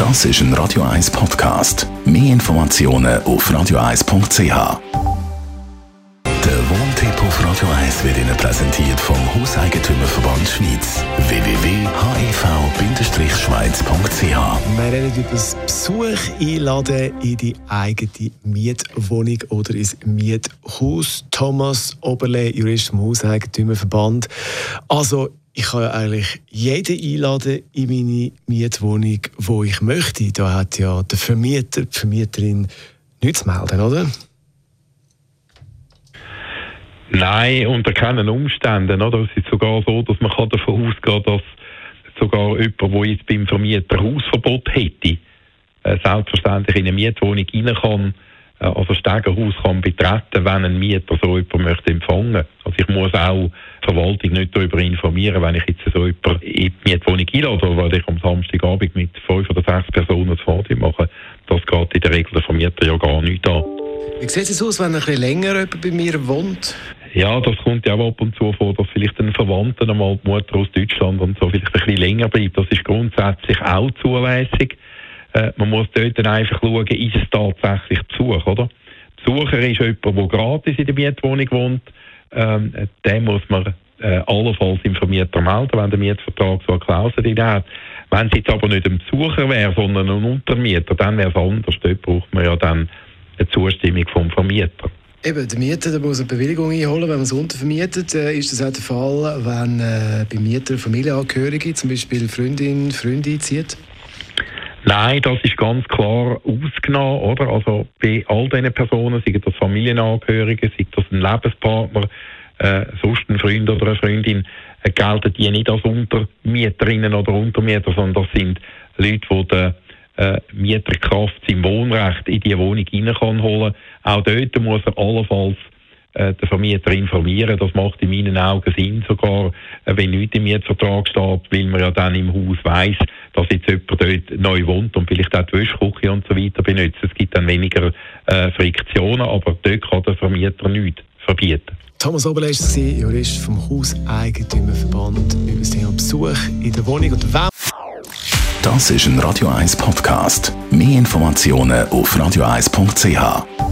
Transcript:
Das ist ein Radio 1 Podcast. Mehr Informationen auf radio1.ch. Der Wohntipp auf Radio 1 wird Ihnen präsentiert vom Hauseigentümerverband Schweiz. www.hev-schweiz.ch. Wir reden über das Besuch einladen in die eigene Mietwohnung oder ins Miethaus. Thomas Oberle, Jurist vom Hauseigentümerverband. Also, ich kann ja eigentlich jeden einladen in meine Mietwohnung, wo ich möchte. Da hat ja der Vermieter, die Vermieterin nichts zu melden, oder? Nein, unter keinen Umständen. Oder? Es ist sogar so, dass man davon ausgehen kann, dass sogar jemand, der jetzt beim Vermieter Hausverbot hätte, selbstverständlich in eine Mietwohnung rein kann, also Stegenhaus kann betreten, wenn ein Mieter so jemanden möchte empfangen. Also ich muss auch die Verwaltung nicht darüber informieren, wenn ich jetzt so jemanden in die Mietwohnung einlade, oder weil ich am Samstagabend mit 5 oder 6 Personen das Fahrzeug mache. Das geht in der Regel der Vermieter ja gar nicht an. Wie sieht es aus, wenn ein bisschen länger jemand bei mir wohnt? Ja, das kommt ja auch ab und zu vor, dass vielleicht ein Verwandter, einmal die Mutter aus Deutschland und so, vielleicht ein bisschen länger bleibt. Das ist grundsätzlich auch zulässig. Man muss dort dann einfach schauen, ist es tatsächlich Besuch, oder? Besucher ist jemand, der gratis in der Mietwohnung wohnt. Den muss man allenfalls im Vermieter melden, wenn der Mietvertrag so eine Klausel drin hat. Wenn es jetzt aber nicht ein Besucher wäre, sondern ein Untermieter, dann wäre es anders. Dort braucht man ja dann eine Zustimmung vom Vermieter. Eben, der Mieter muss eine Bewilligung einholen, wenn man es untervermietet. Ist das auch der Fall, wenn beim Mieter Familienangehörige, zum Beispiel Freundin einzieht? Nein, das ist ganz klar ausgenommen, oder? Also bei all diesen Personen, sei das Familienangehörige, sei das ein Lebenspartner, sonst ein Freund oder eine Freundin, gelten die nicht als Untermieterinnen oder Untermieter, sondern das sind Leute, die den Mieterkraft im Wohnrecht in die Wohnung hinein kann holen. Auch dort muss er allenfalls den Vermieter informieren. Das macht in meinen Augen Sinn, sogar wenn nichts im Mietvertrag steht, weil man ja dann im Haus weiss, dass jetzt jemand dort neu wohnt und vielleicht auch die Wäschküche und so weiter benutzt. Es gibt dann weniger Friktionen, aber dort kann der Vermieter nichts verbieten. Thomas Oberle war Jurist vom Hauseigentümerverband über das Thema Besuch in der Wohnung. Und das ist ein Radio 1 Podcast. Mehr Informationen auf radio1.ch.